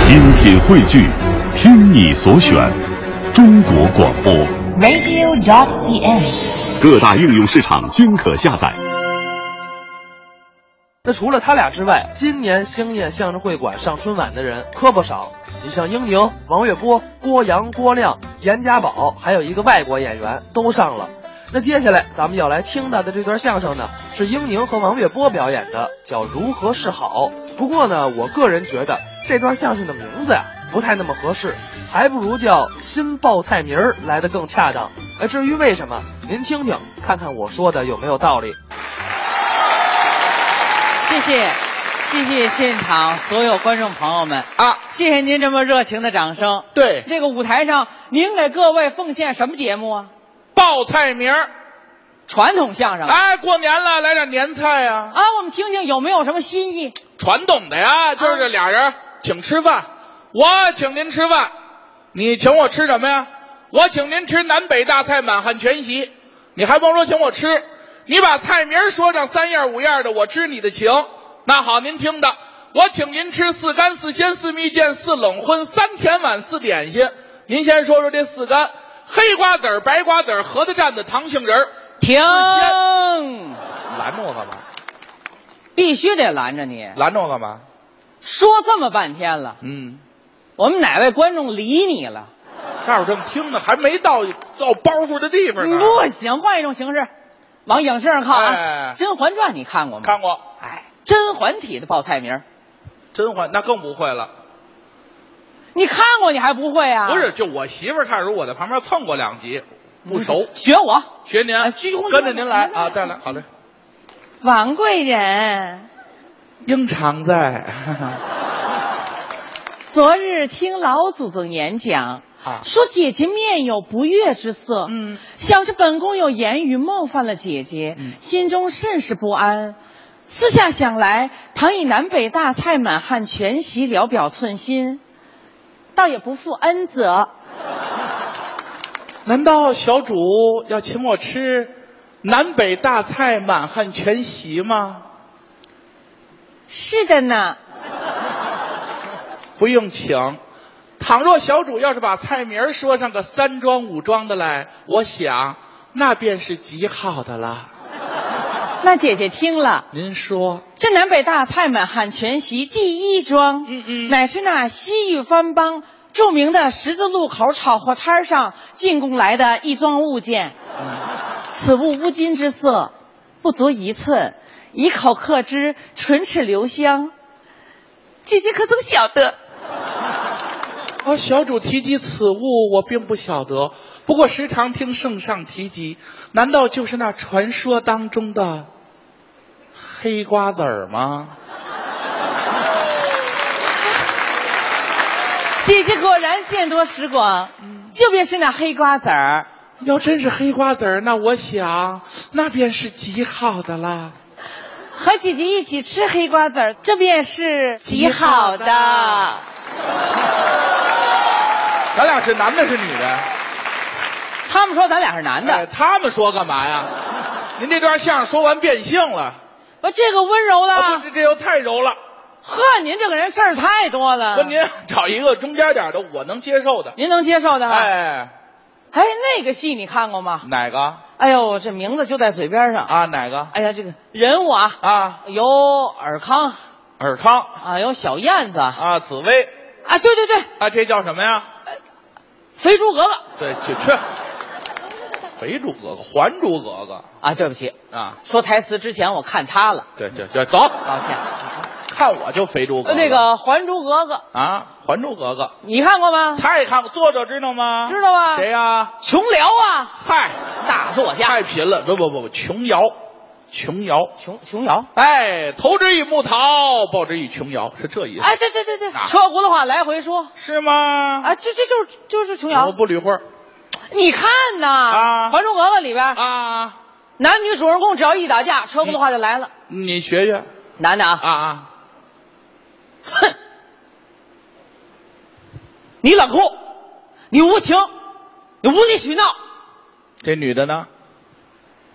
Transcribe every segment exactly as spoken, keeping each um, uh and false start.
精品汇聚，听你所选，中国广播 radio dot c n， 各大应用市场均可下载。 那除了他俩之外，今年兴业相声会馆上春晚的人可不少。你像英宁、王月波、郭阳、郭亮、严家宝，还有一个外国演员都上了。那接下来咱们要来听到的这段相声呢，是英宁和王月波表演的，叫《如何是好》。不过呢，我个人觉得这段相声的名字呀不太那么合适，还不如叫《新报菜名儿》来得更恰当。而至于为什么，您听听看看我说的有没有道理。 谢谢，谢谢现场所有观众朋友们啊！谢谢您这么热情的掌声。 对， 这个舞台上，您给各位奉献什么节目啊？ 报菜名儿， 传统相声。 哎，过年了，来点年菜呀！ 啊，我们听听有没有什么新意？ 传统的呀，就是这俩人请吃饭，我请您吃饭，你请我吃什么呀？我请您吃南北大菜满汉全席，你还甭说请我吃，你把菜名说上三样五样的，我知你的情。那好，您听的，我请您吃四干四鲜四蜜饯四冷荤三甜碗四点心。您先说说这四干：黑瓜子儿、白瓜子儿、核桃蘸的糖杏仁儿。 停！ 拦着我干嘛？ 必须得拦着你！ 拦着我干嘛？ 说这么半天了， 嗯， 我们哪位观众理你了？ 大伙这么听呢，还没到到包袱的地方呢。 不行，换一种形式，往影视上靠啊！ 哎 《甄嬛传》你看过吗？ 看过。 哎，甄嬛体的报菜名。 甄嬛那更不会了。 你看过你还不会啊？ 不是，就我媳妇儿看的时候，我在旁边蹭过两集，不熟。 学我， 学您， 哎鞠躬跟着您来啊！再来，好嘞。 王贵人， 应常在。 昨日听老祖宗演讲， 啊， 说姐姐面有不悦之色， 嗯， 想是本宫有言语冒犯了姐姐， 嗯， 心中甚是不安。私下想来，倘以南北大菜满汉全席聊表寸心，倒也不负恩泽。 难道小主要请我吃南北大菜满汉全席吗？ 是的呢。 不用请。倘若小主要是把菜名说上个三庄五庄的来，我想那便是极好的了。 那姐姐听了， 您说， 这南北大菜满汉全席第一庄， 嗯嗯， 乃是那西域藩邦著名的十字路口炒货摊上进贡来的一桩物件。 嗯， 此物乌金之色，不足一寸，一口克之，唇齿留香。姐姐可曾晓得？ 哦，小主提及此物，我并不晓得。不过时常听圣上提及，难道就是那传说当中的黑瓜子儿吗？ 姐姐果然见多识广，就便是那黑瓜子儿。 要真是黑瓜子儿，那我想那便是极好的啦。 和姐姐一起吃黑瓜子儿，这便是极好的。 咱俩是男的是女的？ 他们说咱俩是男的。 哎，他们说干嘛呀？您这段相声说完变性了。 不，这个温柔的。 哦，这这又太柔了。 呵，您这个人事儿太多了。 不，您找一个中间点的，我能接受的。 您能接受的？ 哎， 哎，那个戏你看过吗？ 哪个？ 哎呦，这名字就在嘴边上啊！哪个？ 哎呀，这个人物啊啊， 有尔康， 尔康啊，有小燕子啊，紫薇啊，对对对， 啊，这叫什么呀？ 肥猪格格。 对，去去。肥猪格格，还珠格格啊，对不起啊， 说台词之前我看他了。 对对对，走， 抱歉。 看我就肥猪格格。 那个《还珠格格》 啊，《还珠格格》 你看过吗？ 他也看过，作者知道吗？ 知道啊。 谁呀？ 琼瑶啊。 嗨， 大作家。 太贫了，不不不不，琼瑶，琼瑶， 琼琼瑶。 哎，投之以木桃，报之以琼瑶，是这意思。 哎，对对对对， 啊、 车轱辘话来回说。 是吗？ 啊，这这就是就是琼瑶。 我不捋会儿。 你看呐， 啊， 《还珠格格》里边啊， 男女主人公只要一打架，车轱辘话就来了。 你学学， 男的啊啊啊， 哼，你冷酷，你无情，你无理取闹。 这女的呢？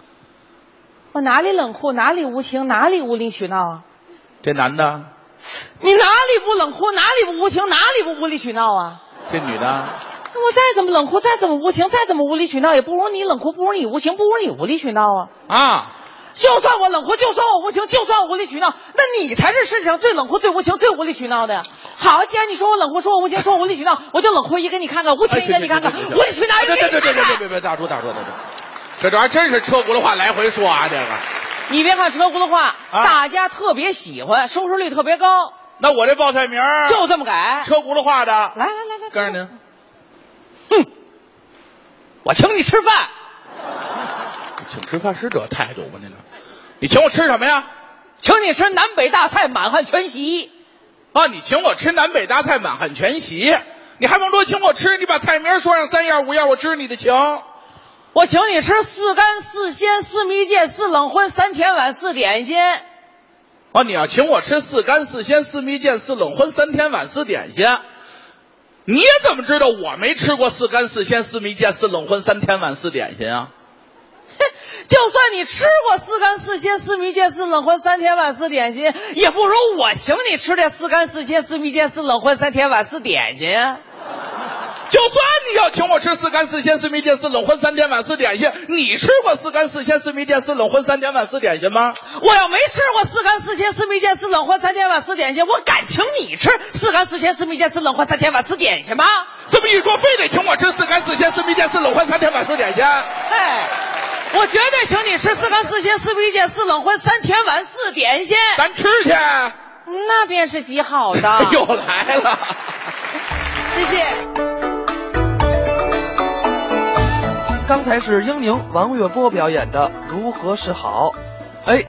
我哪里冷酷，哪里无情，哪里无理取闹啊？ 这男的， 你哪里不冷酷，哪里不无情，哪里不无理取闹啊？ 这女的， 我再怎么冷酷，再怎么无情，再怎么无理取闹，也不如你冷酷，不如你无情，不如你无理取闹啊！ 啊， 就算我冷酷，就算我无情，就算我无理取闹，那你才是世界上最冷酷、最无情、最无理取闹的呀！好，既然你说我冷酷，说我无情，说我无理取闹，我就冷酷一个你看看，无情一个你看看，无理取闹一个你看看。 别别别别别别，大叔大叔大叔，这这还真是车轱辘话来回说啊！这个， 你别看车轱辘话，啊、大家特别喜欢，收视率特别高。 那我这报菜名就这么改， 车轱辘话的。来来来来， 跟着您。 哼，我请你吃饭。 请吃饭是这态度吗？您这，你请我吃什么呀？ 请你吃南北大菜满汉全席。 啊，你请我吃南北大菜满汉全席，你还甭说请我吃，你把菜名说上三样五样，我知你的情。 我请你吃四干四鲜四蜜饯四冷荤三甜碗四点心。 哦，你要请我吃四干四鲜四蜜饯四冷荤三甜碗四点心，你也怎么知道我没吃过四干四鲜四蜜饯四冷荤三甜碗四点心啊？ 就算你吃过四干四鲜四蜜饯四冷荤三甜碗四点心，也不如我请你吃这四干四鲜四蜜饯四冷荤三甜碗四点心啊。 就算你要请我吃四干四鲜四蜜饯四冷荤三甜碗四点心，你吃过四干四鲜四蜜饯四冷荤三甜碗四点心吗？ 我要没吃过四干四鲜四蜜饯四冷荤三甜碗四点心，我敢请你吃四干四鲜四蜜饯四冷荤三甜碗四点心吗？ 这么一说，非得请我吃四干四鲜四蜜饯四冷荤三甜碗四点心？ 哎，我绝对请你吃四干四鲜四蜜饯四冷荤三甜碗四点心。 咱吃去， 那便是极好的。 又来了， 谢谢。 刚才是英宁、王月波表演的《如何是好》。